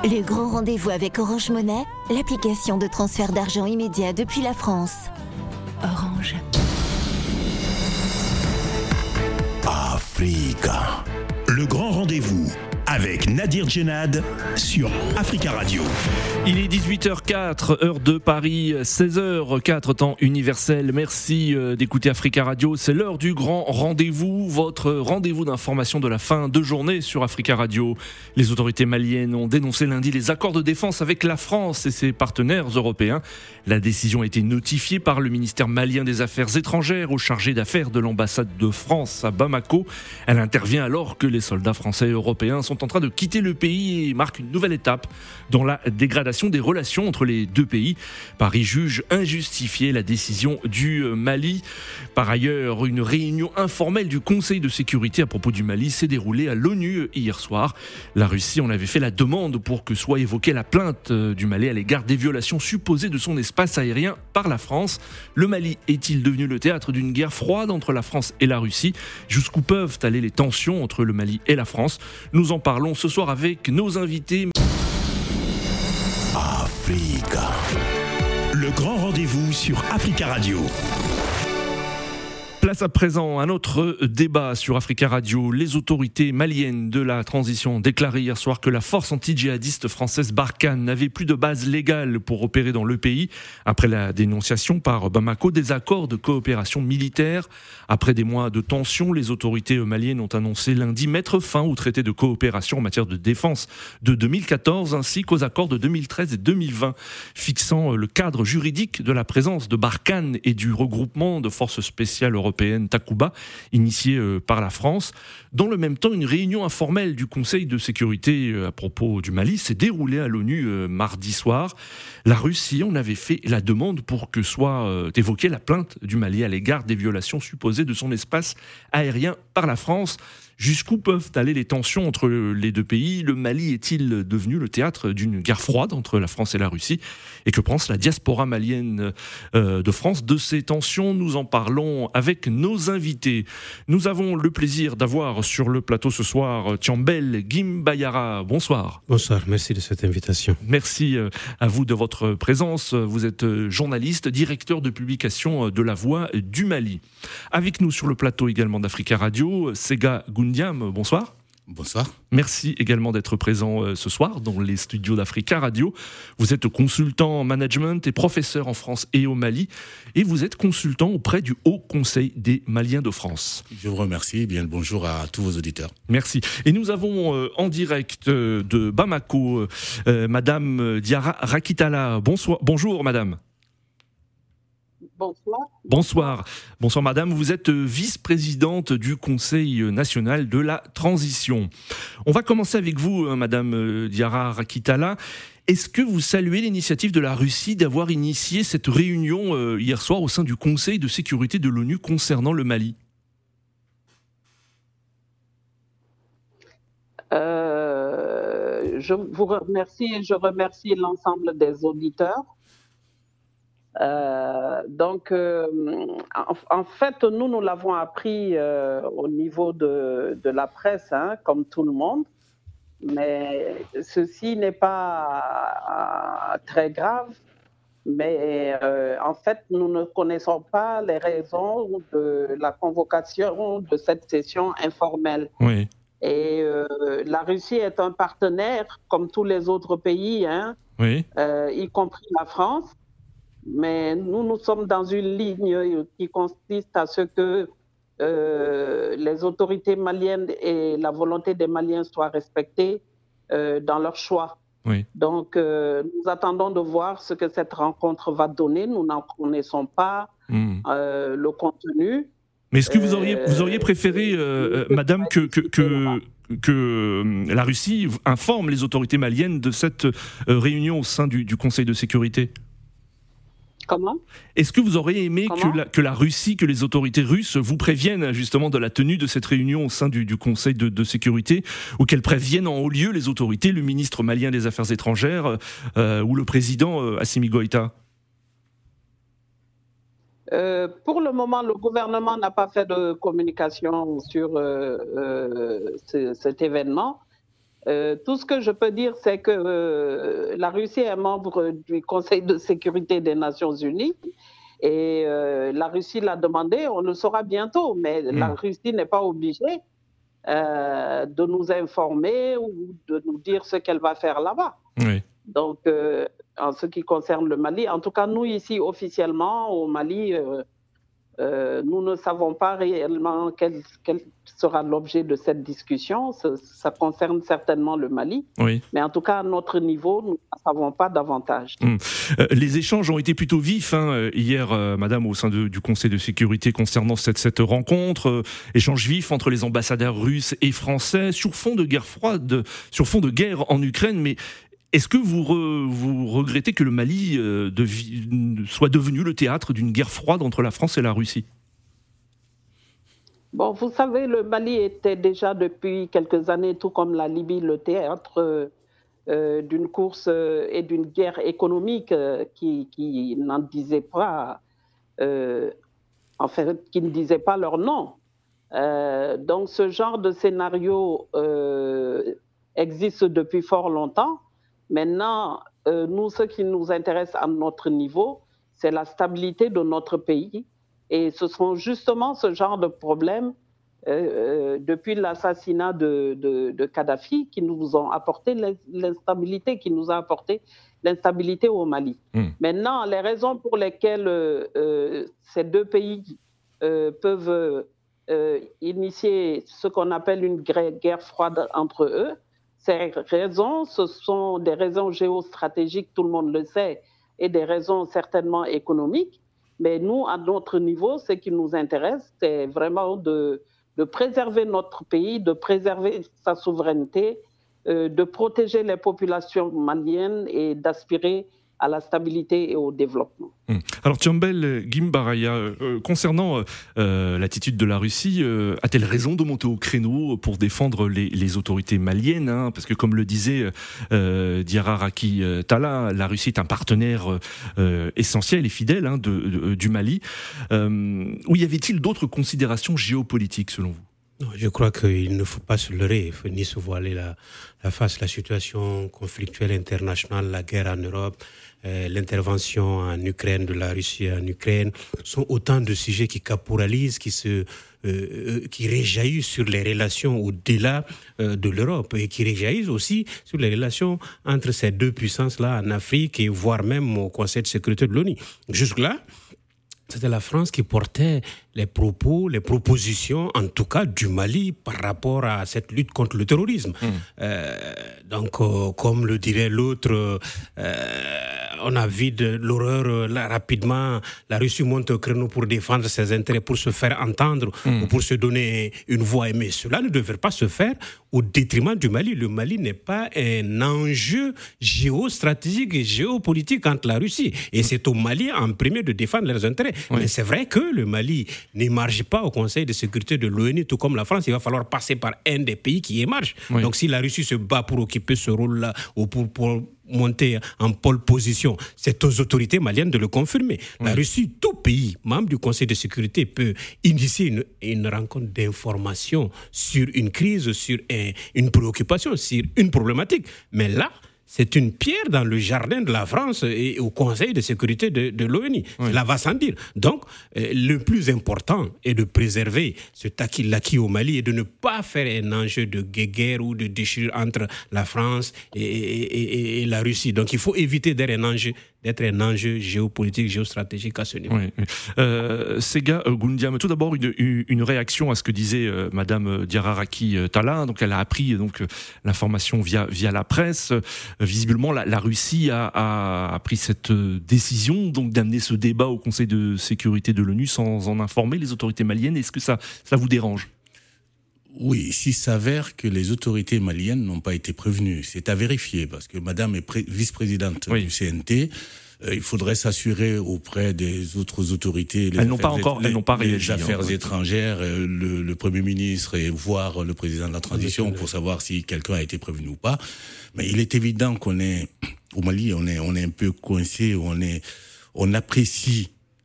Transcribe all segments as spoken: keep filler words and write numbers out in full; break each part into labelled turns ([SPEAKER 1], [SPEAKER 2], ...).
[SPEAKER 1] Le grand rendez-vous avec Orange Money, l'application de transfert d'argent immédiat depuis la France. Orange.
[SPEAKER 2] Africa. Le grand rendez-vous avec Nadir Djenad sur Africa Radio.
[SPEAKER 3] Il est dix-huit heures quatre, heure de Paris, seize heures quatre, temps universel. Merci d'écouter Africa Radio. C'est l'heure du grand rendez-vous, votre rendez-vous d'information de la fin de journée sur Africa Radio. Les autorités maliennes ont dénoncé lundi les accords de défense avec la France et ses partenaires européens. La décision a été notifiée par le ministère malien des Affaires étrangères au chargé d'affaires de l'ambassade de France à Bamako. Elle intervient alors que les soldats français et européens sont en train de quitter le pays et marque une nouvelle étape dans la dégradation des relations entre les deux pays. Paris juge injustifiée la décision du Mali. Par ailleurs, une réunion informelle du Conseil de sécurité à propos du Mali s'est déroulée à l'ONU hier soir. La Russie en avait fait la demande pour que soit évoquée la plainte du Mali à l'égard des violations supposées de son espace aérien par la France. Le Mali est-il devenu le théâtre d'une guerre froide entre la France et la Russie ? Jusqu'où peuvent aller les tensions entre le Mali et la France ? Nous en parlons ce soir avec nos invités.
[SPEAKER 2] Africa. Le grand rendez-vous sur Africa Radio.
[SPEAKER 3] Place à présent à notre débat sur Africa Radio. Les autorités maliennes de la transition ont déclaré hier soir que la force anti-djihadiste française Barkhane n'avait plus de base légale pour opérer dans le pays après la dénonciation par Bamako des accords de coopération militaire. Après des mois de tensions, les autorités maliennes ont annoncé lundi mettre fin au traité de coopération en matière de défense de deux mille quatorze ainsi qu'aux accords de deux mille treize et deux mille vingt fixant le cadre juridique de la présence de Barkhane et du regroupement de forces spéciales européennes Takuba, initié par la France. Dans le même temps, une réunion informelle du Conseil de sécurité à propos du Mali s'est déroulée à l'ONU mardi soir. La Russie en avait fait la demande pour que soit évoquée la plainte du Mali à l'égard des violations supposées de son espace aérien par la France. Jusqu'où peuvent aller les tensions entre les deux pays ? Le Mali est-il devenu le théâtre d'une guerre froide entre la France et la Russie ? Et que pense la diaspora malienne de France de ces tensions ? Nous en parlons avec nos invités. Nous avons le plaisir d'avoir sur le plateau ce soir Thiambel Gimbayara. Bonsoir.
[SPEAKER 4] Bonsoir, merci de cette invitation.
[SPEAKER 3] Merci à vous de votre présence. Vous êtes journaliste, directeur de publication de La Voix du Mali. Avec nous sur le plateau également d'Africa Radio, Sega Goundiam, bonsoir.
[SPEAKER 5] Bonsoir.
[SPEAKER 3] Merci également d'être présent ce soir dans les studios d'Africa Radio. Vous êtes consultant en management et professeur en France et au Mali. Et vous êtes consultant auprès du Haut Conseil des Maliens de France.
[SPEAKER 5] Je vous remercie. Bien le bonjour à tous vos auditeurs.
[SPEAKER 3] Merci. Et nous avons euh, en direct euh, de Bamako, euh, Madame Diarra Rakitala. Bonsoir. Bonjour Madame.
[SPEAKER 6] Bonsoir.
[SPEAKER 3] Bonsoir. Bonsoir madame, vous êtes vice-présidente du Conseil national de la transition. On va commencer avec vous madame Diarra Rakitala. Est-ce que vous saluez l'initiative de la Russie d'avoir initié cette réunion hier soir au sein du Conseil de sécurité de l'ONU concernant le Mali ?
[SPEAKER 6] euh, Je vous remercie et je remercie l'ensemble des auditeurs. Euh, donc, euh, en, en fait, nous, nous l'avons appris euh, au niveau de, de la presse, hein, comme tout le monde, mais ceci n'est pas euh, très grave. Mais euh, en fait, nous ne connaissons pas les raisons de la convocation de cette session informelle.
[SPEAKER 3] Oui.
[SPEAKER 6] Et euh, la Russie est un partenaire, comme tous les autres pays, hein,
[SPEAKER 3] oui.
[SPEAKER 6] euh, y compris la France. Mais nous, nous sommes dans une ligne qui consiste à ce que euh, les autorités maliennes et la volonté des Maliens soient respectées euh, dans leur choix.
[SPEAKER 3] Oui.
[SPEAKER 6] Donc, euh, nous attendons de voir ce que cette rencontre va donner. Nous n'en connaissons pas mmh. euh, le contenu.
[SPEAKER 3] Mais est-ce que vous auriez, vous auriez préféré, euh, euh, madame, que, que, que, que la Russie informe les autorités maliennes de cette euh, réunion au sein du, du Conseil de sécurité ?
[SPEAKER 6] Comment ?
[SPEAKER 3] Est-ce que vous auriez aimé que la, que la Russie, que les autorités russes vous préviennent justement de la tenue de cette réunion au sein du, du Conseil de, de sécurité, ou qu'elles préviennent en haut lieu les autorités, le ministre malien des Affaires étrangères euh, ou le président euh, Assimi Goïta ?
[SPEAKER 6] euh, Pour le moment, le gouvernement n'a pas fait de communication sur euh, euh, ce, cet événement. Euh, tout ce que je peux dire, c'est que euh, la Russie est membre du Conseil de sécurité des Nations Unies et euh, la Russie l'a demandé, on le saura bientôt, mais mmh. la Russie n'est pas obligée euh, de nous informer ou de nous dire ce qu'elle va faire là-bas.
[SPEAKER 3] Oui.
[SPEAKER 6] Donc, euh, en ce qui concerne le Mali, en tout cas, nous ici, officiellement, au Mali, euh, Euh, nous ne savons pas réellement quel, quel sera l'objet de cette discussion. Ça, ça concerne certainement le Mali.
[SPEAKER 3] Oui.
[SPEAKER 6] Mais en tout cas, à notre niveau, nous ne savons pas davantage.
[SPEAKER 3] Mmh. Euh, les échanges ont été plutôt vifs hein, hier, euh, madame, au sein de, du Conseil de sécurité concernant cette, cette rencontre. Euh, échanges vifs entre les ambassadeurs russes et français sur fond de guerre froide, sur fond de guerre en Ukraine. Mais est-ce que vous, re, vous regrettez que le Mali euh, devi, soit devenu le théâtre d'une guerre froide entre la France et la Russie ?
[SPEAKER 6] Bon, vous savez, le Mali était déjà depuis quelques années, tout comme la Libye, le théâtre euh, d'une course euh, et d'une guerre économique euh, qui, qui n'en disait pas, euh, en fait, qui ne disait pas leur nom. Euh, donc, ce genre de scénario euh, existe depuis fort longtemps. Maintenant, euh, nous, ce qui nous intéresse à notre niveau, c'est la stabilité de notre pays. Et ce sont justement ce genre de problèmes, euh, euh, depuis l'assassinat de, de, de Kadhafi, qui nous ont apporté l'instabilité, qui nous a apporté l'instabilité au Mali. Mmh. Maintenant, les raisons pour lesquelles euh, euh, ces deux pays euh, peuvent euh, initier ce qu'on appelle une guerre froide entre eux, ces raisons, ce sont des raisons géostratégiques, tout le monde le sait, et des raisons certainement économiques. Mais nous, à notre niveau, ce qui nous intéresse, c'est vraiment de, de préserver notre pays, de préserver sa souveraineté, euh, de protéger les populations maliennes et d'aspirer à la stabilité et au développement.
[SPEAKER 3] Hum. Alors Thiambel Guimbaraya, euh, concernant euh, l'attitude de la Russie, euh, a-t-elle raison de monter au créneau pour défendre les, les autorités maliennes hein, parce que comme le disait euh, Diarra Raki Talla, la Russie est un partenaire euh, essentiel et fidèle hein, de, de, du Mali. Euh, où y avait-il d'autres considérations géopolitiques selon vous ?
[SPEAKER 4] Non, je crois qu'il ne faut pas se leurrer, il ne faut ni se voiler la, la face. La situation conflictuelle internationale, la guerre en Europe, euh, l'intervention en Ukraine, de la Russie en Ukraine, sont autant de sujets qui caporalisent, qui se, euh, qui réjaillissent sur les relations au-delà euh, de l'Europe et qui réjaillissent aussi sur les relations entre ces deux puissances-là en Afrique et voire même au Conseil de sécurité de l'ONU. Jusque-là, c'était la France qui portait les propos, les propositions, en tout cas du Mali, par rapport à cette lutte contre le terrorisme. Mmh. Euh, donc, euh, comme le dirait l'autre, euh, on a vu de l'horreur euh, là, rapidement. La Russie monte au créneau pour défendre ses intérêts, pour se faire entendre, mmh. ou pour se donner une voix. Mais cela ne devrait pas se faire au détriment du Mali. Le Mali n'est pas un enjeu géostratégique et géopolitique entre la Russie. Et c'est au Mali en premier de défendre leurs intérêts. Oui. Mais c'est vrai que le Mali n'émarge pas au Conseil de sécurité de l'ONU, tout comme la France. Il va falloir passer par un des pays qui émarge. Oui. Donc si la Russie se bat pour occuper ce rôle-là, ou pour, pour monter en pole position, c'est aux autorités maliennes de le confirmer. Oui. La Russie, tout pays membre du Conseil de sécurité peut initier une, une rencontre d'information sur une crise, sur un, une préoccupation, sur une problématique. Mais là, c'est une pierre dans le jardin de la France et au Conseil de sécurité de, de l'ONU. Oui. Cela va sans dire. Donc, euh, le plus important est de préserver cet acquis, l'acquis au Mali et de ne pas faire un enjeu de guerre ou de déchirure entre la France et, et, et, et la Russie. Donc, il faut éviter d'être un enjeu, d'être un enjeu géopolitique, géostratégique à ce niveau.
[SPEAKER 3] Oui, oui. Euh, Sega Goundiam, tout d'abord une, une réaction à ce que disait euh, Madame Diarra Raki Talla. Donc, elle a appris donc l'information via via la presse. Euh, visiblement, la, la Russie a, a, a pris cette décision donc d'amener ce débat au Conseil de sécurité de l'ONU sans en informer les autorités maliennes. Est-ce que ça ça vous dérange ?
[SPEAKER 5] Oui, s'il s'avère que les autorités maliennes n'ont pas été prévenues, c'est à vérifier, parce que madame est pré- vice-présidente oui. du C N T, euh, il faudrait s'assurer auprès des autres autorités, les
[SPEAKER 3] elles n'ont pas encore,
[SPEAKER 5] les,
[SPEAKER 3] elles n'ont pas réagi,
[SPEAKER 5] les affaires
[SPEAKER 3] hein,
[SPEAKER 5] étrangères, euh, le, le Premier ministre et voir le président de la transition pour savoir si quelqu'un a été prévenu ou pas. Mais il est évident qu'on est, au Mali, on est, on est un peu coincé, on est, on apprécie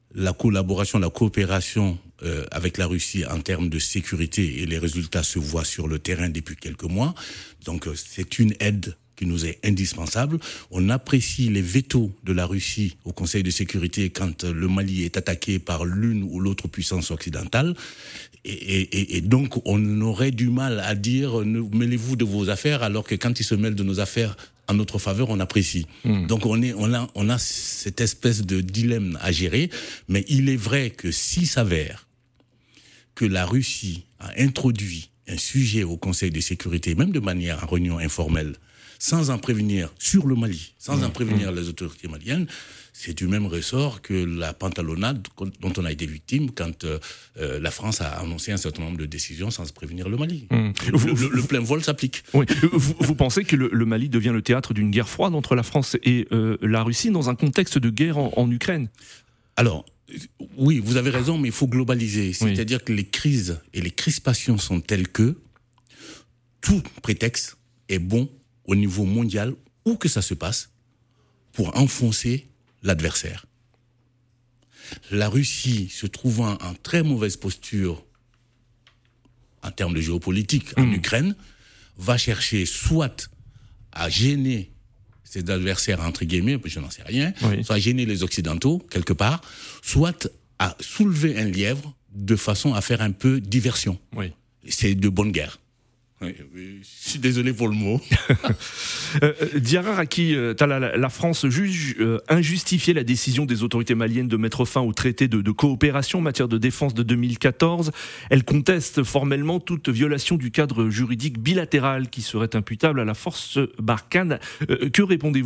[SPEAKER 5] la collaboration, la coopération euh, avec la Russie en termes de sécurité, et les résultats se voient sur le terrain depuis quelques mois. Donc euh, c'est une aide qui nous est indispensable. On apprécie les vétos de la Russie au Conseil de sécurité quand le Mali est attaqué par l'une ou l'autre puissance occidentale. Et, et, et donc, on aurait du mal à dire « mêlez-vous de vos affaires » alors que quand ils se mêlent de nos affaires en notre faveur, on apprécie. Mmh. Donc, on, est, on, a, on a cette espèce de dilemme à gérer. Mais il est vrai que s'il s'avère que la Russie a introduit un sujet au Conseil de sécurité, même de manière en réunion informelle, sans en prévenir sur le Mali, sans mmh, en prévenir mmh. les autorités maliennes, c'est du même ressort que la pantalonnade dont on a été victime quand euh, la France a annoncé un certain nombre de décisions sans prévenir le Mali. Mmh. Le, vous, le, le plein vol s'applique.
[SPEAKER 3] Oui. vous, vous pensez que le, le Mali devient le théâtre d'une guerre froide entre la France et euh, la Russie dans un contexte de guerre en, en Ukraine ?
[SPEAKER 5] Alors, oui, vous avez raison, mais il faut globaliser. C'est-à-dire oui. que les crises et les crispations sont telles que tout prétexte est bon au niveau mondial, où que ça se passe, pour enfoncer l'adversaire. La Russie, se trouvant en très mauvaise posture en termes de géopolitique mmh. en Ukraine, va chercher soit à gêner ses adversaires, entre guillemets, je n'en sais rien, oui. soit à gêner les Occidentaux, quelque part, soit à soulever un lièvre de façon à faire un peu diversion. Oui. C'est de bonne guerre. Oui, oui, je suis désolé pour le mot.
[SPEAKER 3] euh, Diarra Raki, euh, la, la France juge euh, injustifier la décision des autorités maliennes de mettre fin au traité de, de coopération en matière de défense de deux mille quatorze. Elle conteste formellement toute violation du cadre juridique bilatéral qui serait imputable à la force Barkhane. Euh, que répondez-vous ?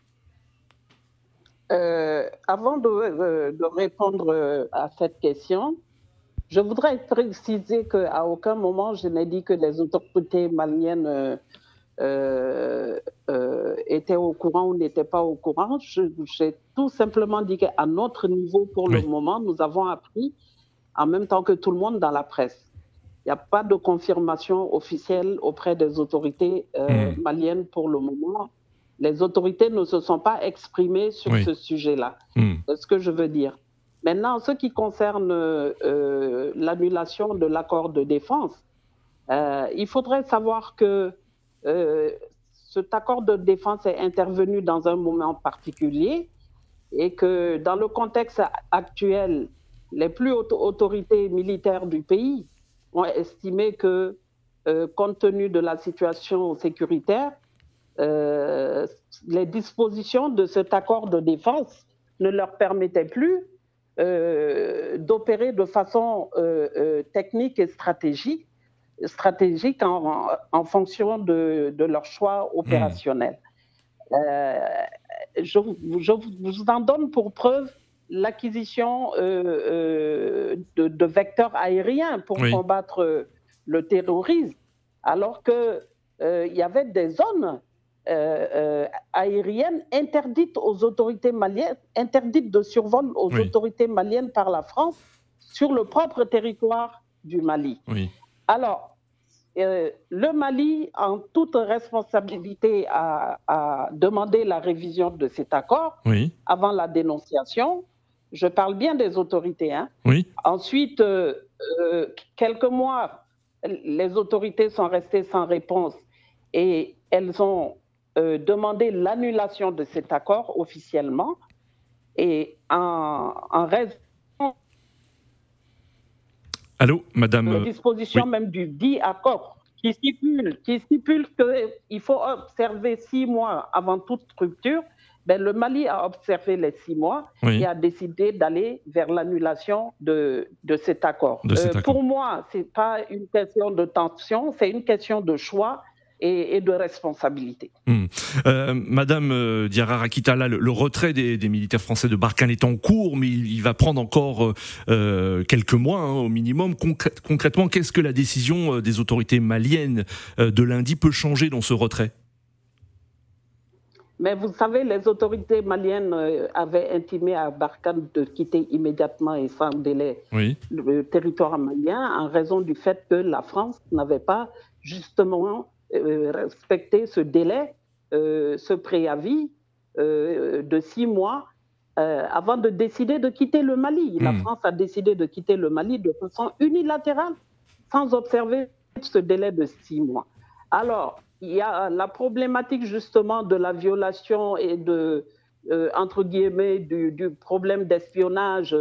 [SPEAKER 6] euh, Avant de, de répondre à cette question, je voudrais préciser qu'à aucun moment je n'ai dit que les autorités maliennes euh, euh, euh, étaient au courant ou n'étaient pas au courant. Je, j'ai tout simplement dit qu'à notre niveau, pour oui. le moment, nous avons appris en même temps que tout le monde dans la presse. Il n'y a pas de confirmation officielle auprès des autorités euh, mmh. maliennes pour le moment. Les autorités ne se sont pas exprimées sur oui. ce sujet-là. Mmh. C'est ce que je veux dire. Maintenant, en ce qui concerne euh, l'annulation de l'accord de défense, euh, il faudrait savoir que euh, cet accord de défense est intervenu dans un moment particulier et que dans le contexte actuel, les plus hautes autorités militaires du pays ont estimé que, euh, compte tenu de la situation sécuritaire, euh, les dispositions de cet accord de défense ne leur permettaient plus Euh, d'opérer de façon euh, euh, technique et stratégique, stratégique en, en fonction de, de leur choix opérationnel. Mmh. Euh, je, je vous en donne pour preuve l'acquisition euh, euh, de, de vecteurs aériens pour oui. combattre le terrorisme, alors qu'il euh, y avait des zones Euh, euh, aérienne interdite aux autorités maliennes, interdite de survol aux oui. autorités maliennes par la France sur le propre territoire du Mali. Oui. Alors, euh, le Mali, en toute responsabilité, a, a demandé la révision de cet accord oui. avant la dénonciation. Je parle bien des autorités. Hein. Oui. Ensuite, euh, euh, quelques mois, les autorités sont restées sans réponse et elles ont Euh, demander l'annulation de cet accord officiellement et en, en raison
[SPEAKER 3] Allô, madame
[SPEAKER 6] de disposition oui. même du dit accord qui stipule, qui stipule qu'il faut observer six mois avant toute rupture. Ben, le Mali a observé les six mois oui. et a décidé d'aller vers l'annulation de, de cet accord.
[SPEAKER 3] De cet
[SPEAKER 6] euh,
[SPEAKER 3] accord.
[SPEAKER 6] Pour moi, ce n'est pas une question de tension, c'est une question de choix Et, et de responsabilité.
[SPEAKER 3] Mmh. Euh, Madame euh, Diarra Raki, là, le, le retrait des, des militaires français de Barkhane est en cours, mais il, il va prendre encore euh, quelques mois hein, au minimum. Concrè- concrètement, qu'est-ce que la décision des autorités maliennes euh, de lundi peut changer dans ce retrait ?
[SPEAKER 6] Mais vous savez, les autorités maliennes euh, avaient intimé à Barkhane de quitter immédiatement et sans délai oui. le territoire malien en raison du fait que la France n'avait pas justement Euh, respecter ce délai, euh, ce préavis euh, de six mois euh, avant de décider de quitter le Mali. La
[SPEAKER 3] Mmh.
[SPEAKER 6] France a décidé de quitter le Mali de façon unilatérale, sans observer ce délai de six mois. Alors, il y a la problématique justement de la violation et de, euh, entre guillemets, du, du problème d'espionnage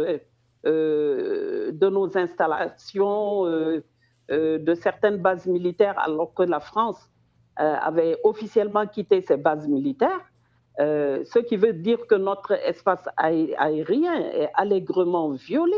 [SPEAKER 6] euh, de nos installations, euh, euh, de certaines bases militaires, alors que la France euh, avait officiellement quitté ses bases militaires. Euh, ce qui veut dire que notre espace aé- aérien est allègrement violé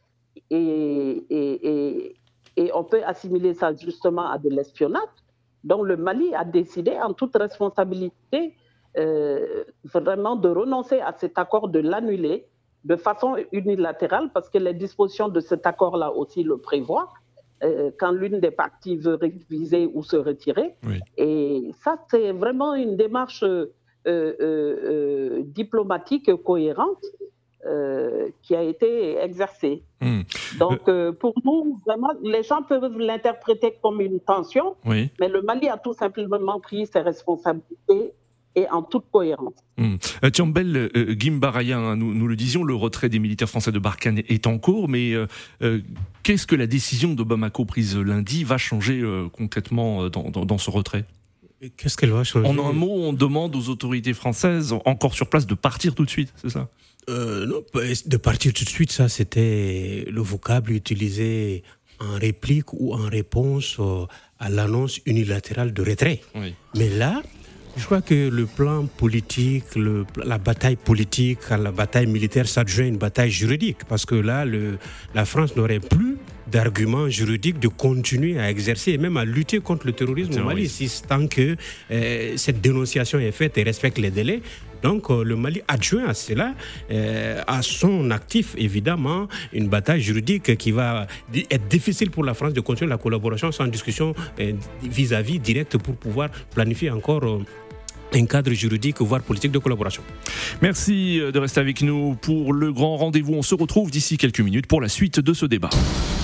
[SPEAKER 6] et, et, et, et on peut assimiler ça justement à de l'espionnage. Donc le Mali a décidé en toute responsabilité euh, vraiment de renoncer à cet accord, de l'annuler de façon unilatérale parce que les dispositions de cet accord-là aussi le prévoient. Euh, quand l'une des parties veut réviser ou se retirer.
[SPEAKER 3] Oui.
[SPEAKER 6] Et ça, c'est vraiment une démarche euh, euh, euh, diplomatique cohérente euh, qui a été exercée.
[SPEAKER 3] Mmh.
[SPEAKER 6] Donc, euh, pour nous, vraiment, les gens peuvent l'interpréter comme une tension,
[SPEAKER 3] Oui.
[SPEAKER 6] mais le Mali a tout simplement pris ses responsabilités et en toute cohérence.
[SPEAKER 3] Mmh. Euh, Thiambel euh, Guimbaraya, hein, nous, nous le disions, le retrait des militaires français de Barkhane est en cours, mais euh, euh, qu'est-ce que la décision de Bamako prise lundi va changer euh, concrètement dans, dans, dans ce retrait ?
[SPEAKER 4] Qu'est-ce qu'elle va changer ?
[SPEAKER 3] En un mot, on demande aux autorités françaises, encore sur place, de partir tout de suite, c'est ça ?
[SPEAKER 4] euh, non, de partir tout de suite, ça c'était le vocable utilisé en réplique ou en réponse à l'annonce unilatérale de retrait.
[SPEAKER 3] Oui.
[SPEAKER 4] Mais là, je crois que le plan politique, le, la bataille politique à la bataille militaire s'adjoint une bataille juridique. Parce que là, le, la France n'aurait plus d'arguments juridiques de continuer à exercer et même à lutter contre le terrorisme
[SPEAKER 3] Terrorisme.
[SPEAKER 4] au Mali, si tant que euh, cette dénonciation est faite et respecte les délais. Donc euh, le Mali adjoint à cela, euh, à son actif évidemment, une bataille juridique qui va être difficile pour la France de continuer la collaboration sans discussion euh, vis-à-vis directe pour pouvoir planifier encore euh, un cadre juridique, voire politique de collaboration.
[SPEAKER 3] Merci de rester avec nous pour le grand rendez-vous. On se retrouve d'ici quelques minutes pour la suite de ce débat.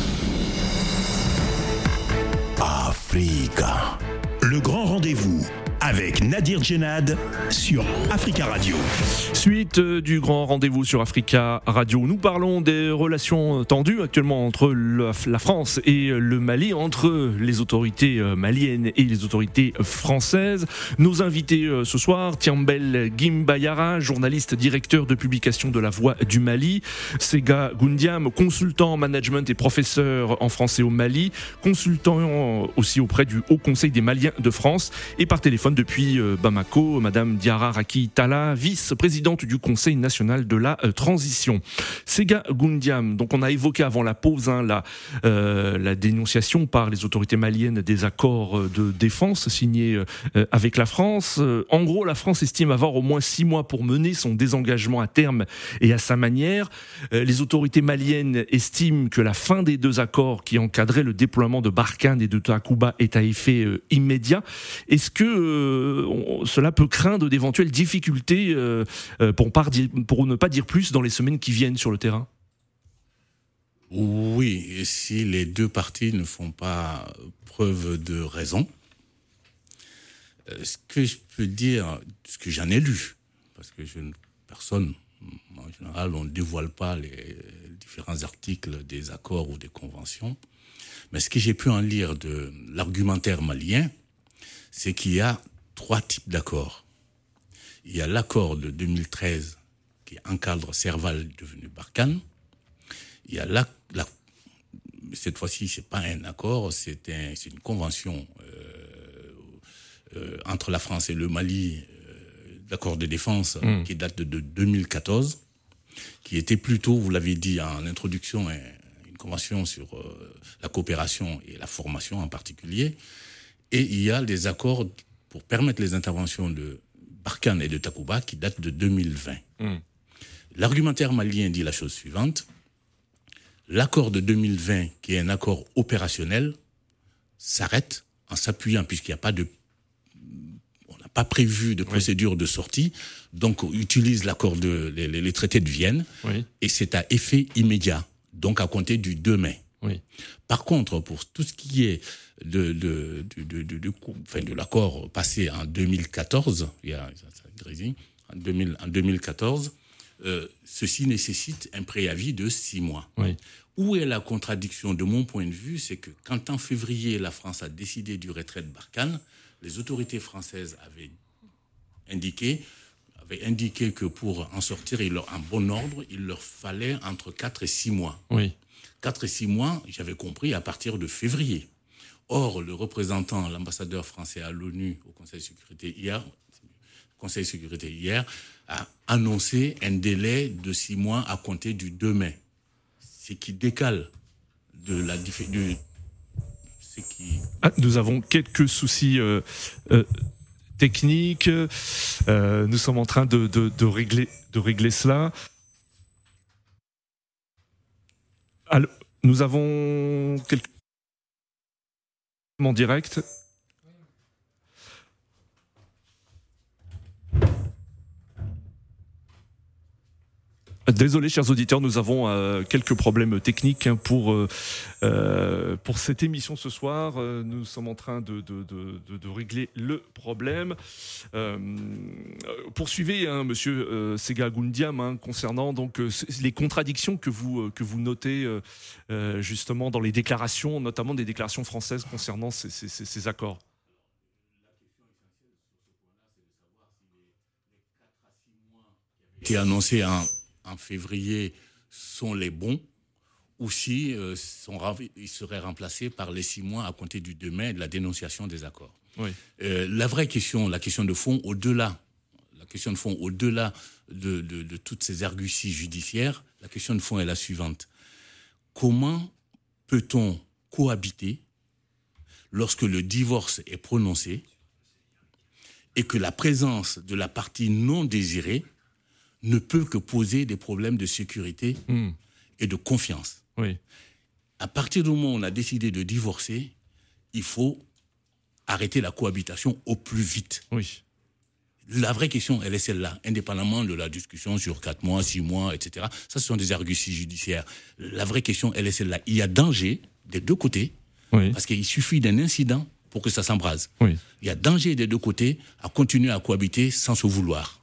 [SPEAKER 2] Africa. Le grand rendez-vous avec Nadir Djenad sur Africa Radio.
[SPEAKER 3] Suite du grand rendez-vous sur Africa Radio. Nous parlons des relations tendues actuellement entre la France et le Mali, entre les autorités maliennes et les autorités françaises. Nos invités ce soir, Thiambel Guimbaraya, journaliste directeur de publication de La Voix du Mali, Sega Goundiam, consultant en management et professeur en français au Mali, consultant aussi auprès du Haut Conseil des Maliens de France, et par téléphone depuis Bamako, Madame Diarra Raki Talla, vice-présidente du Conseil national de la euh, transition. Sega Goundiam, donc on a évoqué avant la pause hein, la, euh, la dénonciation par les autorités maliennes des accords de défense signés euh, avec la France. Euh, en gros, la France estime avoir au moins six mois pour mener son désengagement à terme et à sa manière. Euh, les autorités maliennes estiment que la fin des deux accords qui encadraient le déploiement de Barkhane et de Takuba est à effet euh, immédiat. Est-ce que euh, on, cela peut craindre d'éventuelles difficultés euh, pour, par, pour ne pas dire plus dans les semaines qui viennent sur le terrain ?
[SPEAKER 5] Oui, et si les deux parties ne font pas preuve de raison. Ce que je peux dire, ce que j'en ai lu, parce que je, personne, en général, on ne dévoile pas les différents articles des accords ou des conventions, mais ce que j'ai pu en lire de l'argumentaire malien, c'est qu'il y a trois types d'accords. Il y a l'accord de deux mille treize qui encadre Serval devenu Barkhane. Il y a la, la cette fois-ci, c'est pas un accord, c'est, un, c'est une convention euh, euh, entre la France et le Mali, euh, d'accord de défense mmh. qui date de, de deux mille quatorze, qui était plutôt, vous l'avez dit en introduction, un, une convention sur euh, la coopération et la formation en particulier. Et il y a des accords pour permettre les interventions de Barkhane et de Takuba qui datent de deux mille vingt. Mmh. L'argumentaire malien dit la chose suivante. L'accord de deux mille vingt, qui est un accord opérationnel, s'arrête en s'appuyant, puisqu'il n'y a pas de... On n'a pas prévu de procédure oui. de sortie, donc on utilise l'accord de... les, les traités de Vienne, oui. et c'est à effet immédiat, donc à compter du deux mai. Oui. Par contre, pour tout ce qui est de, de, de, de, de, de, enfin de l'accord passé en deux mille quatorze, il y a, en, deux mille, en deux mille quatorze, euh, ceci nécessite un préavis de six mois.
[SPEAKER 3] Oui.
[SPEAKER 5] Où est la contradiction de mon point de vue? C'est que quand en février, la France a décidé du retrait de Barkhane, les autorités françaises avaient indiqué, avaient indiqué que pour en sortir en bon ordre, il leur fallait entre quatre et six mois.
[SPEAKER 3] Oui.
[SPEAKER 5] quatre et six mois, j'avais compris, à partir de février. Or, le représentant, l'ambassadeur français à l'ONU au Conseil de sécurité hier, Conseil de sécurité hier, a annoncé un délai de six mois à compter du deux mai. Ce qui décale de la différence. Qui...
[SPEAKER 3] Ah, nous avons quelques soucis euh, euh, techniques. Euh, nous sommes en train de, de, de, régler, de régler cela. Alors, nous avons quelques en direct. Désolé, chers auditeurs, nous avons euh, quelques problèmes techniques hein, pour, euh, pour cette émission ce soir. Euh, nous sommes en train de, de, de, de, de régler le problème. Euh, poursuivez, hein, monsieur euh, Sega Goundiam, hein, concernant donc, euh, les contradictions que vous, euh, que vous notez euh, justement dans les déclarations, notamment des déclarations françaises concernant ces, ces, ces, ces accords.
[SPEAKER 5] Qui est annoncé en en février sont les bons, ou si euh, sont, ils seraient remplacés par les six mois à compter du deux mai de la dénonciation des accords.
[SPEAKER 3] Oui.
[SPEAKER 5] Euh, la vraie question, la question de fond, au-delà, la question de fond, au-delà de, de, de toutes ces arguties judiciaires, la question de fond est la suivante. Comment peut-on cohabiter lorsque le divorce est prononcé et que la présence de la partie non désirée ne peut que poser des problèmes de sécurité mmh. et de confiance.
[SPEAKER 3] Oui.
[SPEAKER 5] À partir du moment où on a décidé de divorcer, il faut arrêter la cohabitation au plus vite.
[SPEAKER 3] Oui.
[SPEAKER 5] La vraie question, elle est celle-là, indépendamment de la discussion sur quatre mois, six mois, et cetera. Ça, ce sont des arguties judiciaires. La vraie question, elle est celle-là. Il y a danger des deux côtés, oui. parce qu'il suffit d'un incident pour que ça s'embrase.
[SPEAKER 3] Oui.
[SPEAKER 5] Il y a danger des deux côtés à continuer à cohabiter sans se vouloir.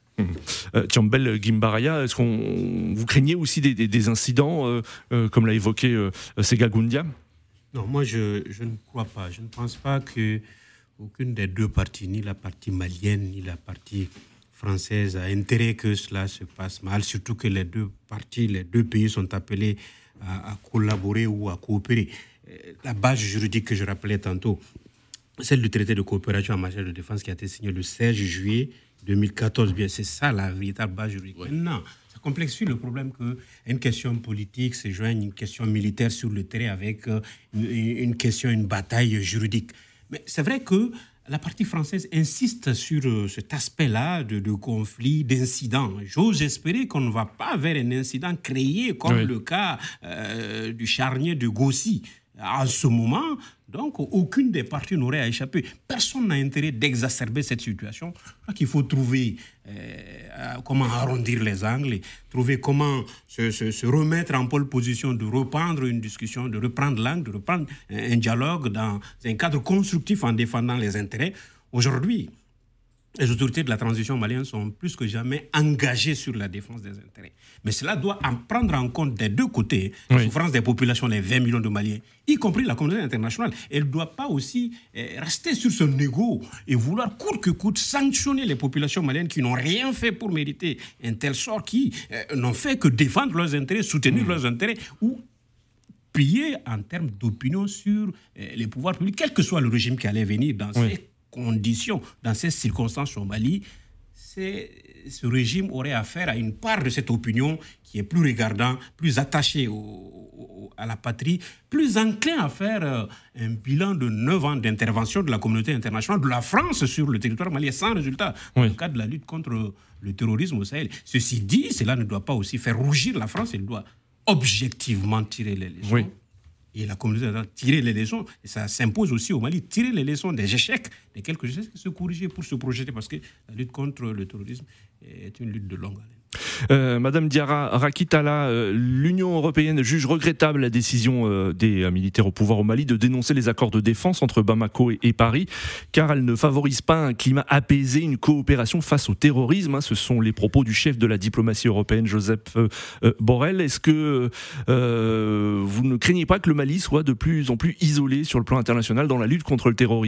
[SPEAKER 3] Euh, Thiambel Gimbaraya, est-ce qu'on vous craignez aussi des, des, des incidents euh, euh, comme l'a évoqué euh, Sega Goundiam?
[SPEAKER 4] Non, moi je, je ne crois pas. Je ne pense pas que aucune des deux parties, ni la partie malienne ni la partie française, a intérêt que cela se passe mal. Surtout que les deux parties, les deux pays sont appelés à, à collaborer ou à coopérer. La base juridique que je rappelais tantôt, celle du traité de coopération en matière de défense qui a été signé le seize juillet deux mille quatorze, bien, c'est ça la véritable base juridique. Ouais. Maintenant, ça complexifie le problème qu'une question politique se joigne une question militaire sur le terrain avec une, une question, une bataille juridique. Mais c'est vrai que la partie française insiste sur cet aspect-là de, de conflit, d'incident. J'ose espérer qu'on ne va pas vers un incident créé comme oui. le cas euh, du charnier de Gossi. En ce moment, donc, aucune des parties n'aurait à échapper. Personne n'a intérêt d'exacerber cette situation. Donc, il faut trouver euh, comment arrondir les angles, et trouver comment se, se, se remettre en pole position, de reprendre une discussion, de reprendre l'angle, de reprendre un, un dialogue dans un cadre constructif en défendant les intérêts. Aujourd'hui, les autorités de la transition malienne sont plus que jamais engagées sur la défense des intérêts. Mais cela doit en prendre en compte des deux côtés, la oui. souffrance des populations, les vingt millions de Maliens, y compris la communauté internationale. Elle ne doit pas aussi eh, rester sur ce négo et vouloir coûte que coûte sanctionner les populations maliennes qui n'ont rien fait pour mériter un tel sort, qui eh, n'ont fait que défendre leurs intérêts, soutenir mmh. leurs intérêts ou plier en termes d'opinion sur eh, les pouvoirs publics, quel que soit le régime qui allait venir dans oui. ces conditions, dans ces circonstances au Mali. C'est, ce régime aurait affaire à une part de cette opinion qui est plus regardant, plus attaché au, au, à la patrie, plus enclin à faire euh, un bilan de neuf ans d'intervention de la communauté internationale, de la France sur le territoire malien, sans résultat, oui. dans le cadre de la lutte contre le terrorisme au Sahel. Ceci dit, cela ne doit pas aussi faire rougir la France, elle doit objectivement tirer les leçons. Oui. Et la communauté doit tirer les leçons, et ça s'impose aussi au Mali, tirer les leçons des échecs, des quelques échecs, se corriger pour se projeter, parce que la lutte contre le terrorisme est une lutte de longue haleine.
[SPEAKER 3] Euh, Madame Diarra Rakitala, euh, l'Union européenne juge regrettable la décision euh, des euh, militaires au pouvoir au Mali de dénoncer les accords de défense entre Bamako et, et Paris, car elle ne favorise pas un climat apaisé, une coopération face au terrorisme. Hein. Ce sont les propos du chef de la diplomatie européenne, Joseph euh, euh, Borrell. Est-ce que euh, vous ne craignez pas que le Mali soit de plus en plus isolé sur le plan international dans la lutte contre le terrorisme ?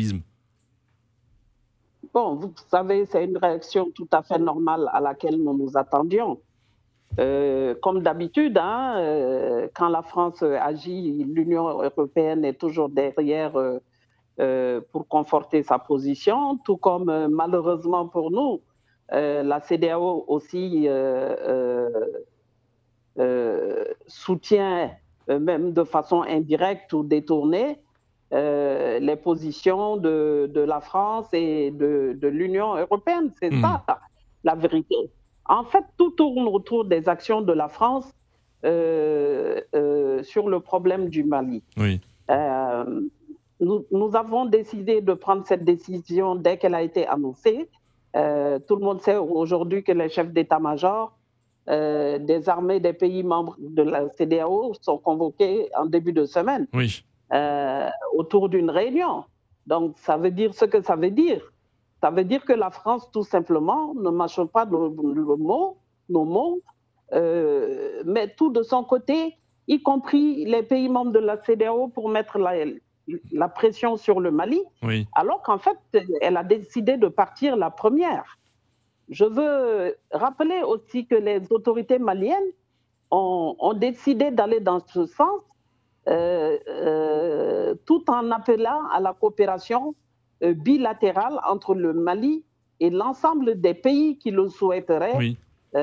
[SPEAKER 6] Bon, vous savez, c'est une réaction tout à fait normale à laquelle nous nous attendions. Euh, comme d'habitude, hein, euh, quand la France agit, l'Union européenne est toujours derrière euh, euh, pour conforter sa position, tout comme euh, malheureusement pour nous, euh, la C D A O aussi euh, euh, euh, soutient, euh, même de façon indirecte ou détournée, Euh, les positions de, de la France et de, de l'Union européenne. C'est mmh. ça, la vérité. En fait, tout tourne autour des actions de la France euh, euh, sur le problème du Mali.
[SPEAKER 3] Oui.
[SPEAKER 6] Euh, nous, nous avons décidé de prendre cette décision dès qu'elle a été annoncée. Euh, tout le monde sait aujourd'hui que les chefs d'état-major euh, des armées des pays membres de la C D A O sont convoqués en début de semaine.
[SPEAKER 3] Oui.
[SPEAKER 6] Euh, autour d'une réunion. Donc, ça veut dire ce que ça veut dire. Ça veut dire que la France, tout simplement, ne mâche pas nos, nos mots, nos mots euh, mais tout de son côté, y compris les pays membres de la C D A O pour mettre la, la pression sur le Mali,
[SPEAKER 3] oui.
[SPEAKER 6] alors qu'en fait, elle a décidé de partir la première. Je veux rappeler aussi que les autorités maliennes ont, ont décidé d'aller dans ce sens Euh, euh, tout en appelant à la coopération euh, bilatérale entre le Mali et l'ensemble des pays qui le souhaiteraient
[SPEAKER 3] oui.
[SPEAKER 6] euh,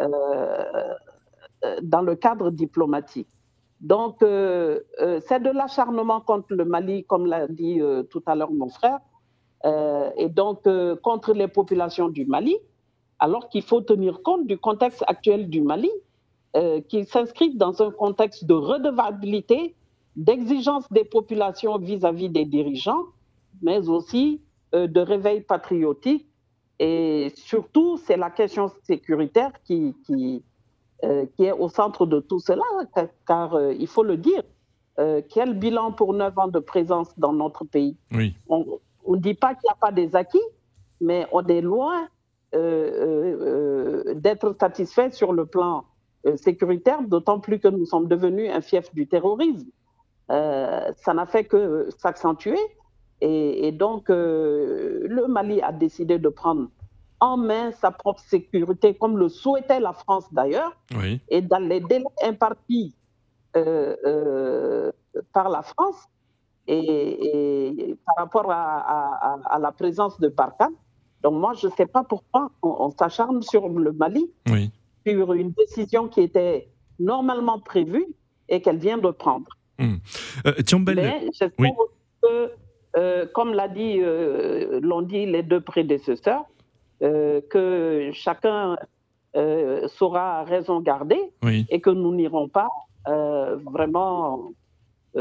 [SPEAKER 6] euh, dans le cadre diplomatique. Donc, euh, euh, c'est de l'acharnement contre le Mali, comme l'a dit euh, tout à l'heure mon frère, euh, et donc euh, contre les populations du Mali, alors qu'il faut tenir compte du contexte actuel du Mali, Euh, qui s'inscrivent dans un contexte de redevabilité, d'exigence des populations vis-à-vis des dirigeants, mais aussi euh, de réveil patriotique. Et surtout, c'est la question sécuritaire qui, qui, euh, qui est au centre de tout cela, car, car euh, il faut le dire, euh, quel bilan pour neuf ans de présence dans notre pays ?
[SPEAKER 3] Oui.
[SPEAKER 6] On ne dit pas qu'il n'y a pas des acquis, mais on est loin euh, euh, d'être satisfait sur le plan sécuritaire, d'autant plus que nous sommes devenus un fief du terrorisme. Euh, ça n'a fait que s'accentuer et, et donc euh, le Mali a décidé de prendre en main sa propre sécurité, comme le souhaitait la France d'ailleurs,
[SPEAKER 3] oui.
[SPEAKER 6] et dans les délais impartis euh, euh, par la France et, et par rapport à, à, à la présence de Barkhane. Donc moi, je ne sais pas pourquoi on, on s'acharne sur le Mali.
[SPEAKER 3] Oui.
[SPEAKER 6] Sur une décision qui était normalement prévue et qu'elle vient de prendre.
[SPEAKER 3] Mmh. Euh, Tchambel...
[SPEAKER 6] Mais j'espère oui. que, euh, comme l'a dit, euh, l'ont dit les deux prédécesseurs, euh, que chacun euh, saura raison garder
[SPEAKER 3] oui.
[SPEAKER 6] et que nous n'irons pas euh, vraiment euh,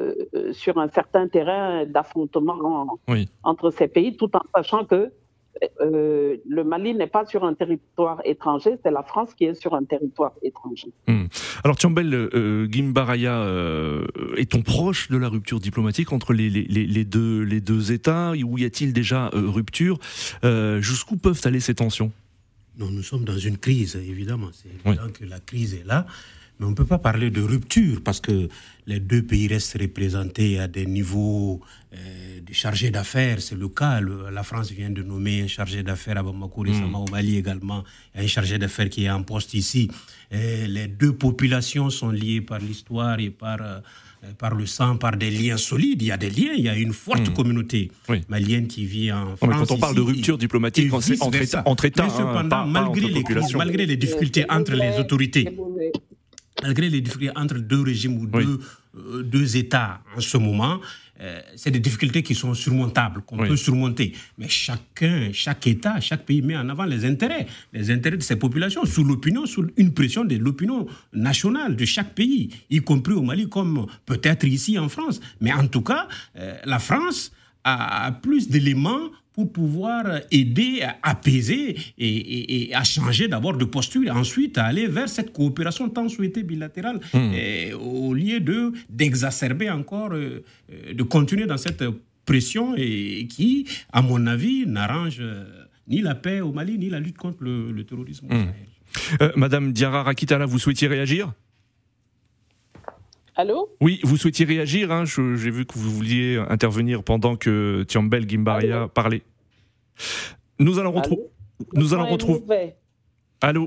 [SPEAKER 6] sur un certain terrain d'affrontement
[SPEAKER 3] oui.
[SPEAKER 6] entre ces pays, tout en sachant que Euh, le Mali n'est pas sur un territoire étranger, c'est la France qui est sur un territoire étranger.
[SPEAKER 3] Mmh. Alors Tchambel, euh, Guimbaraya, euh, est-on proche de la rupture diplomatique entre les, les, les, deux, les deux États ? Où y a-t-il déjà euh, rupture ? euh, Jusqu'où peuvent aller ces tensions ?
[SPEAKER 4] Non, nous sommes dans une crise, évidemment. C'est évident oui. que la crise est là. Mais on ne peut pas parler de rupture parce que les deux pays restent représentés à des niveaux euh, de chargés d'affaires. C'est le cas. Le, la France vient de nommer un chargé d'affaires à Bamako, récemment mmh. au Mali également. Il y a un chargé d'affaires qui est en poste ici. Et les deux populations sont liées par l'histoire et par, euh, par le sang, par des liens solides. Il y a des liens, il y a une forte mmh. communauté oui. malienne qui vit en France.
[SPEAKER 3] Mais quand on parle ici, de rupture diplomatique entre États, entre États
[SPEAKER 4] mais cependant, hein, malgré, les crises, malgré les difficultés entre les autorités, malgré les difficultés entre deux régimes ou oui. deux, euh, deux États en ce moment, euh, c'est des difficultés qui sont surmontables, qu'on oui. peut surmonter. Mais chacun, chaque État, chaque pays met en avant les intérêts, les intérêts de ses populations, sous l'opinion, sous une pression de l'opinion nationale de chaque pays, y compris au Mali, comme peut-être ici en France. Mais en tout cas, euh, la France a plus d'éléments pour pouvoir aider à apaiser et, et, et à changer d'abord de posture et ensuite à aller vers cette coopération tant souhaitée bilatérale mmh. et, au lieu de, d'exacerber encore, euh, de continuer dans cette pression et, qui, à mon avis, n'arrange euh, ni la paix au Mali ni la lutte contre le, le terrorisme. Mmh.
[SPEAKER 3] Euh, Madame Diarra Rakitala, vous souhaitiez réagir ?
[SPEAKER 6] Allô ?
[SPEAKER 3] Oui, vous souhaitiez réagir, hein, je, j'ai vu que vous vouliez intervenir pendant que Thiambel Guimbaria Allô parlait. Nous allons retrouver... Nous allons retrouver... Allô ?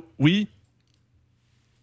[SPEAKER 3] Oui ?
[SPEAKER 6] Allô ?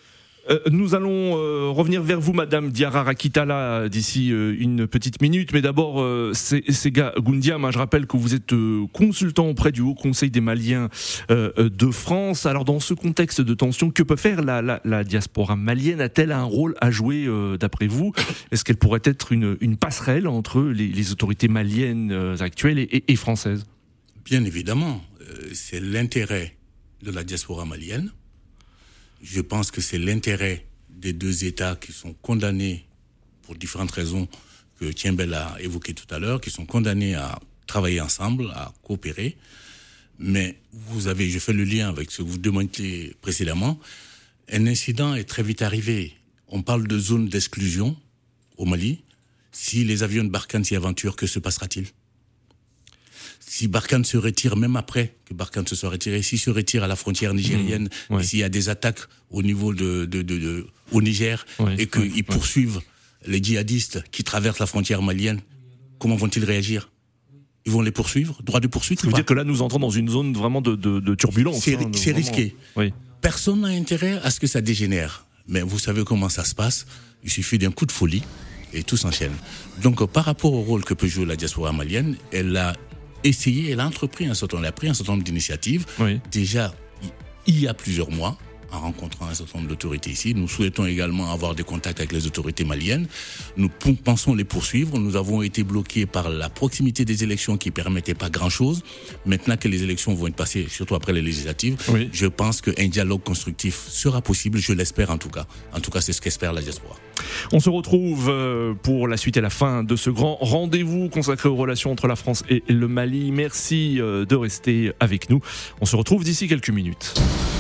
[SPEAKER 3] Euh, nous allons euh, revenir vers vous, Madame Diarra Rakitala, d'ici euh, une petite minute. Mais d'abord, euh, Sega Goundiam, hein, je rappelle que vous êtes euh, consultant auprès du Haut Conseil des Maliens euh, de France. Alors, dans ce contexte de tension, que peut faire la, la, la diaspora malienne ? A-t-elle un rôle à jouer, euh, d'après vous ? Est-ce qu'elle pourrait être une, une passerelle entre les, les autorités maliennes euh, actuelles et, et, et françaises ?
[SPEAKER 5] Bien évidemment, euh, c'est l'intérêt de la diaspora malienne. Je pense que c'est l'intérêt des deux États qui sont condamnés, pour différentes raisons que Thiambel a évoquées tout à l'heure, qui sont condamnés à travailler ensemble, à coopérer. Mais vous avez, je fais le lien avec ce que vous demandiez précédemment, un incident est très vite arrivé. On parle de zone d'exclusion au Mali. Si les avions de Barkhane s'y aventurent, que se passera-t-il ? Si Barkhane se retire, même après que Barkhane se soit retiré, s'il se retire à la frontière nigérienne, mmh, ouais. et s'il y a des attaques au niveau de, de, de, de au Niger, ouais, et qu'ils ouais, poursuivent ouais. les djihadistes qui traversent la frontière malienne, comment vont-ils réagir ? Ils vont les poursuivre ? Droit de poursuite ?
[SPEAKER 3] Ça veut dire que là, nous entrons dans une zone vraiment de, de, de turbulence.
[SPEAKER 5] C'est,
[SPEAKER 3] hein,
[SPEAKER 5] c'est
[SPEAKER 3] vraiment...
[SPEAKER 5] risqué.
[SPEAKER 3] Oui.
[SPEAKER 5] Personne n'a intérêt à ce que ça dégénère. Mais vous savez comment ça se passe. Il suffit d'un coup de folie et tout s'enchaîne. Donc, par rapport au rôle que peut jouer la diaspora malienne, elle a essayé, elle a entrepris un certain nombre, elle a pris un certain nombre d'initiatives. Oui. Déjà, il y a plusieurs mois, en rencontrant un certain nombre d'autorités ici. Nous souhaitons également avoir des contacts avec les autorités maliennes. Nous pensons les poursuivre. Nous avons été bloqués par la proximité des élections qui ne permettait pas grand-chose. Maintenant que les élections vont être passées, surtout après les législatives, oui. je pense qu'un dialogue constructif sera possible, je l'espère en tout cas. En tout cas, c'est ce qu'espère la diaspora.
[SPEAKER 3] On se retrouve pour la suite et la fin de ce grand rendez-vous consacré aux relations entre la France et le Mali. Merci de rester avec nous. On se retrouve d'ici quelques minutes.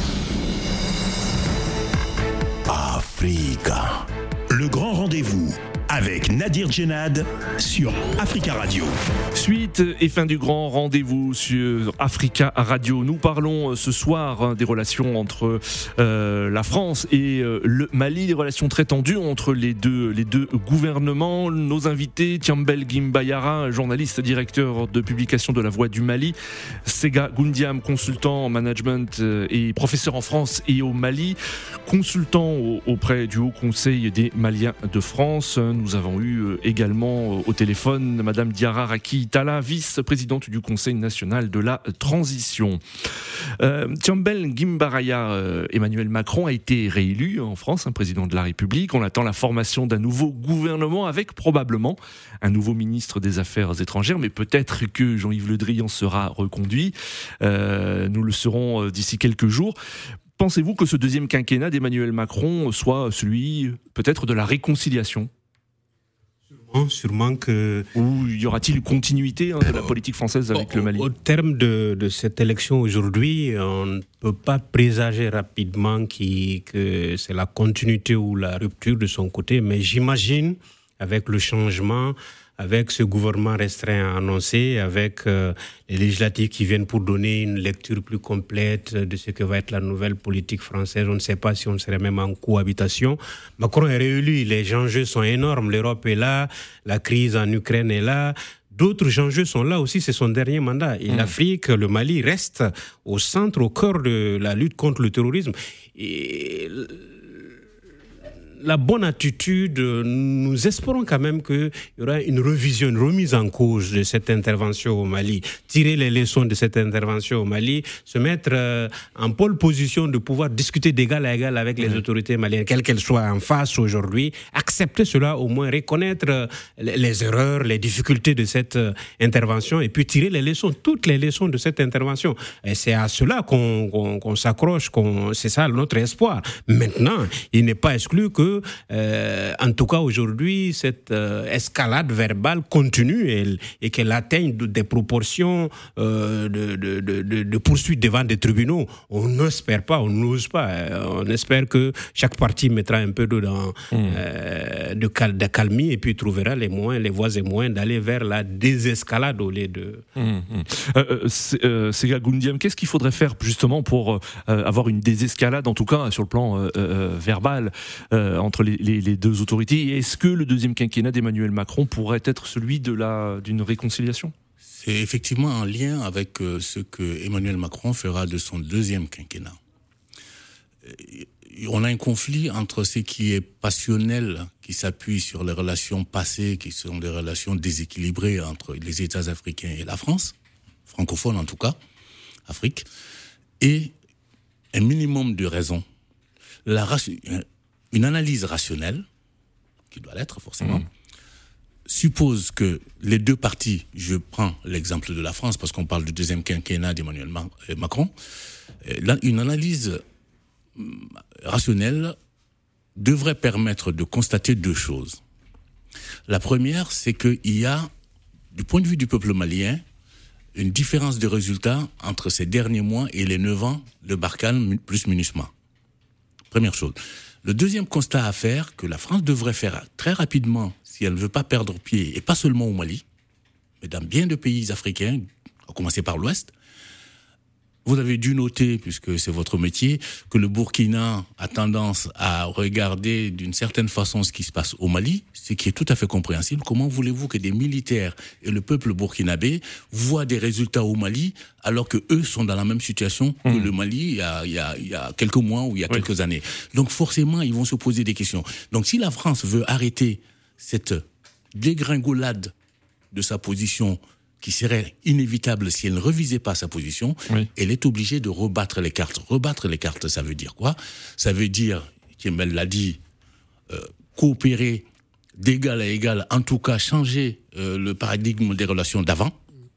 [SPEAKER 2] Africa. Le grand rendez-vous avec Nadir Djenad sur Africa Radio.
[SPEAKER 3] Suite et fin du grand rendez-vous sur Africa Radio. Nous parlons ce soir des relations entre euh, la France et euh, le Mali, des relations très tendues entre les deux, les deux gouvernements. Nos invités, Thiambel Guimbaria, journaliste, directeur de publication de La Voix du Mali, Sega Goundiam, consultant en management et professeur en France et au Mali, consultant auprès du Haut Conseil des Maliens de France. Nous avons eu également au téléphone Madame Diarra Rakitala, vice-présidente du Conseil national de la transition. Euh, Thiambel Guimbaria, euh, Emmanuel Macron a été réélu en France, un président de la République. On attend la formation d'un nouveau gouvernement avec probablement un nouveau ministre des Affaires étrangères, mais peut-être que Jean-Yves Le Drian sera reconduit. Euh, nous le saurons d'ici quelques jours. Pensez-vous que ce deuxième quinquennat d'Emmanuel Macron soit celui peut-être de la réconciliation ?
[SPEAKER 4] Sûrement, sûrement que...
[SPEAKER 3] Ou y aura-t-il une continuité hein, de la politique française avec
[SPEAKER 4] au,
[SPEAKER 3] le Mali ?
[SPEAKER 4] Au terme de, de cette élection aujourd'hui, on ne peut pas présager rapidement qui, que c'est la continuité ou la rupture de son côté, mais j'imagine, avec le changement, avec ce gouvernement restreint annoncé, avec euh, les législatives qui viennent pour donner une lecture plus complète de ce que va être la nouvelle politique française. On ne sait pas si on serait même en cohabitation. Macron est réélu, les enjeux sont énormes. L'Europe est là, la crise en Ukraine est là. D'autres enjeux sont là aussi, c'est son dernier mandat. Et mmh. l'Afrique, le Mali reste au centre, au cœur de la lutte contre le terrorisme. Et la bonne attitude, nous espérons quand même qu'il y aura une revision, une remise en cause de cette intervention au Mali, tirer les leçons de cette intervention au Mali, se mettre euh, en pole position de pouvoir discuter d'égal à égal avec les mmh. autorités maliennes, quelles qu'elles soient en face aujourd'hui, accepter cela au moins, reconnaître euh, les erreurs, les difficultés de cette euh, intervention et puis tirer les leçons, toutes les leçons de cette intervention. Et c'est à cela qu'on, qu'on, qu'on s'accroche, qu'on, c'est ça notre espoir. Maintenant, il n'est pas exclu que que, euh, en tout cas aujourd'hui, cette euh, escalade verbale continue et, et qu'elle atteigne des proportions euh, de, de, de, de poursuite devant des tribunaux. On n'espère pas, on n'ose pas. On espère que chaque partie mettra un peu de, dans, mmh. euh, de, cal, de calmie et puis trouvera les moyens, les voies et moyens d'aller vers la désescalade au lieu de...
[SPEAKER 3] Mmh, mmh. Euh, euh, Sega Goundiam, qu'est-ce qu'il faudrait faire justement pour euh, avoir une désescalade, en tout cas sur le plan euh, euh, verbal, euh, entre les, les, les deux autorités? Est-ce que le deuxième quinquennat d'Emmanuel Macron pourrait être celui de la, d'une réconciliation?
[SPEAKER 5] C'est effectivement en lien avec euh, ce que Emmanuel Macron fera de son deuxième quinquennat. On a un conflit entre ce qui est passionnel, qui s'appuie sur les relations passées, qui sont des relations déséquilibrées entre les États africains et la France, francophone en tout cas, Afrique, et un minimum de raison. La, une analyse rationnelle, qui doit l'être forcément, mmh. suppose que les deux parties, je prends l'exemple de la France parce qu'on parle du deuxième quinquennat d'Emmanuel Macron, une analyse rationnelle devrait permettre de constater deux choses. La première, c'est qu'il y a, du point de vue du peuple malien, une différence de résultats entre ces derniers mois et les neuf ans de Barkhane plus MINUSMA. Première chose. Le deuxième constat à faire, que la France devrait faire très rapidement, si elle ne veut pas perdre pied, et pas seulement au Mali, mais dans bien de pays africains, à commencer par l'Ouest. Vous avez dû noter, puisque c'est votre métier, que le Burkina a tendance à regarder d'une certaine façon ce qui se passe au Mali, ce qui est tout à fait compréhensible. Comment voulez-vous que des militaires et le peuple burkinabé voient des résultats au Mali alors que eux sont dans la même situation que mmh. le Mali il y, a, il, y a, il y a quelques mois ou il y a oui. quelques années. Donc forcément, ils vont se poser des questions. Donc si la France veut arrêter cette dégringolade de sa position qui serait inévitable si elle ne revisait pas sa position, oui. elle est obligée de rebattre les cartes. Rebattre les cartes, ça veut dire quoi? Ça veut dire, Kimbel l'a dit, euh, coopérer d'égal à égal, en tout cas changer euh, le paradigme des relations d'avant.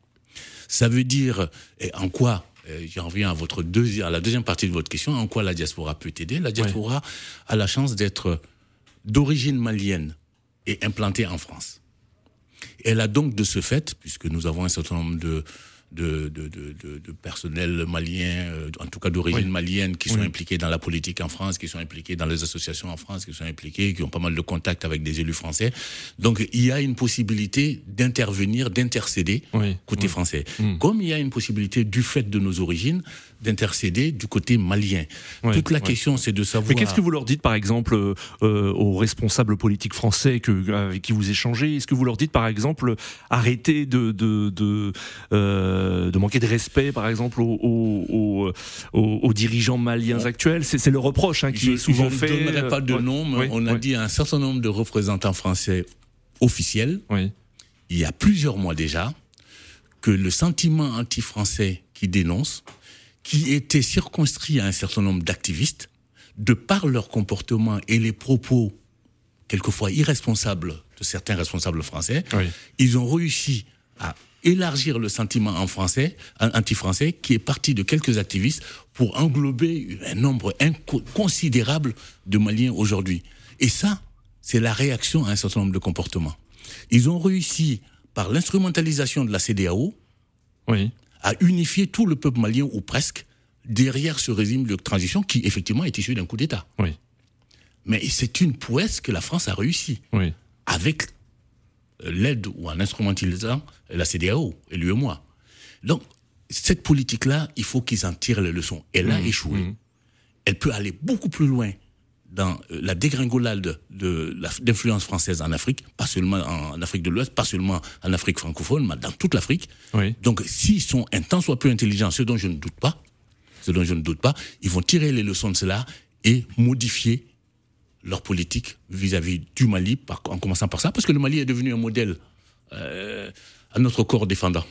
[SPEAKER 5] Ça veut dire, et en quoi, euh, j'en reviens à, votre deuxi- à la deuxième partie de votre question, en quoi la diaspora peut aider? La diaspora oui. a la chance d'être d'origine malienne et implantée en France. Elle a donc de ce fait, puisque nous avons un certain nombre de, de, de, de, de, de personnels maliens, euh, en tout cas d'origine oui. malienne, qui oui. sont impliqués dans la politique en France, qui sont impliqués dans les associations en France, qui sont impliqués, qui ont pas mal de contacts avec des élus français. Donc il y a une possibilité d'intervenir, d'intercéder oui. côté oui. français. Mmh. Comme il y a une possibilité, du fait de nos origines, d'intercéder du côté malien. Oui, Toute la oui. question, c'est de savoir...
[SPEAKER 3] Mais qu'est-ce que vous leur dites, par exemple, euh, aux responsables politiques français que, avec qui vous échangez? Est-ce que vous leur dites, par exemple, arrêtez de, de, de, euh, de manquer de respect, par exemple, aux, aux, aux, aux dirigeants maliens oui. actuels? C'est, c'est le reproche hein, qui je, est souvent
[SPEAKER 5] je
[SPEAKER 3] fait.
[SPEAKER 5] Je ne donnerai pas de ouais. nom, mais oui, on a oui. dit à un certain nombre de représentants français officiels, oui. il y a plusieurs mois déjà, que le sentiment anti-français qui dénonce, qui était circonscrit à un certain nombre d'activistes, de par leur comportement et les propos quelquefois irresponsables de certains responsables français, oui. ils ont réussi à élargir le sentiment en français, anti-français, qui est parti de quelques activistes pour englober un nombre inconsidérable de Maliens aujourd'hui. Et ça, c'est la réaction à un certain nombre de comportements. Ils ont réussi, par l'instrumentalisation de la C E D E A O, oui. à unifier tout le peuple malien, ou presque, derrière ce régime de transition qui, effectivement, est issu d'un coup d'État. Oui. Mais c'est une prouesse que la France a réussi, oui. avec l'aide ou en instrumentalisant la C E D E A O et l'U E M O A. Donc, cette politique-là, il faut qu'ils en tirent les leçons. Elle mmh. a échoué. Mmh. Elle peut aller beaucoup plus loin dans la dégringolade de l'influence française en Afrique, pas seulement en Afrique de l'Ouest, pas seulement en Afrique francophone, mais dans toute l'Afrique. Oui. Donc, s'ils sont un tant soit peu intelligents, ce dont je ne doute pas, ce dont je ne doute pas, ils vont tirer les leçons de cela et modifier leur politique vis-à-vis du Mali, par, en commençant par ça, parce que le Mali est devenu un modèle euh, à notre corps défendant.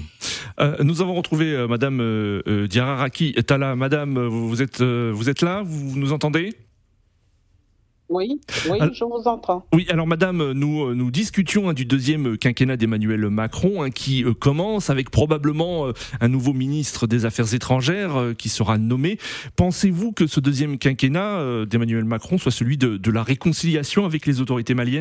[SPEAKER 3] Euh, nous avons retrouvé euh, Madame euh, euh, Diarra Racky Talla. Madame, vous êtes, euh, vous êtes là? Vous nous entendez?
[SPEAKER 6] Oui, oui, alors, je vous entends.
[SPEAKER 3] Oui, alors madame, nous, nous discutions hein, du deuxième quinquennat d'Emmanuel Macron hein, qui euh, commence avec probablement euh, un nouveau ministre des Affaires étrangères euh, qui sera nommé. Pensez-vous que ce deuxième quinquennat euh, d'Emmanuel Macron soit celui de, de la réconciliation avec les autorités maliennes ?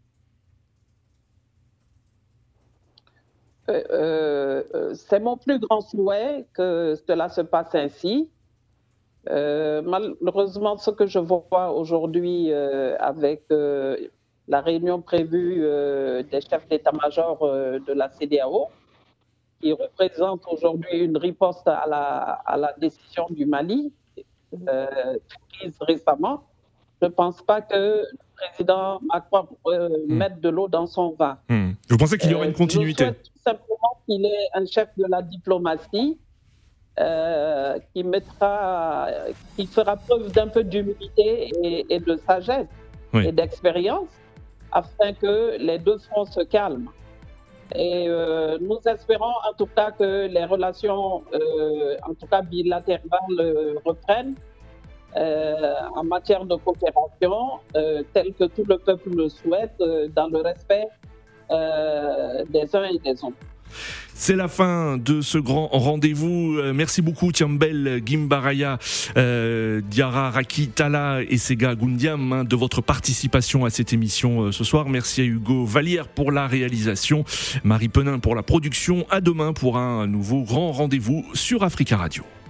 [SPEAKER 6] euh, euh, C'est mon plus grand souhait que cela se passe ainsi. Euh, malheureusement, ce que je vois aujourd'hui euh, avec euh, la réunion prévue euh, des chefs d'état-major euh, de la C D A O, qui représente aujourd'hui une riposte à la, à la décision du Mali euh, prise récemment, je ne pense pas que le président Macron euh, mmh. mette de l'eau dans son vin.
[SPEAKER 3] Mmh. Je pensais qu'il y aurait une continuité.
[SPEAKER 6] Euh, je souhaite tout simplement qu'il ait un chef de la diplomatie Euh, qui mettra, qui fera preuve d'un peu d'humilité et, et de sagesse oui. et d'expérience, afin que les deux fronts se calment. Et euh, nous espérons en tout cas que les relations, euh, en tout cas bilatérales, euh, reprennent euh, en matière de coopération, euh, tel que tout le peuple le souhaite, euh, dans le respect euh, des uns et des autres.
[SPEAKER 3] C'est la fin de ce grand rendez-vous. Merci beaucoup Thiambel Gimbaraya, euh, Diarra Raki Tala et Sega Goundiam hein, de votre participation à cette émission euh, ce soir. Merci à Hugo Vallière pour la réalisation, Marie Penin pour la production. À demain pour un nouveau grand rendez-vous sur Africa Radio.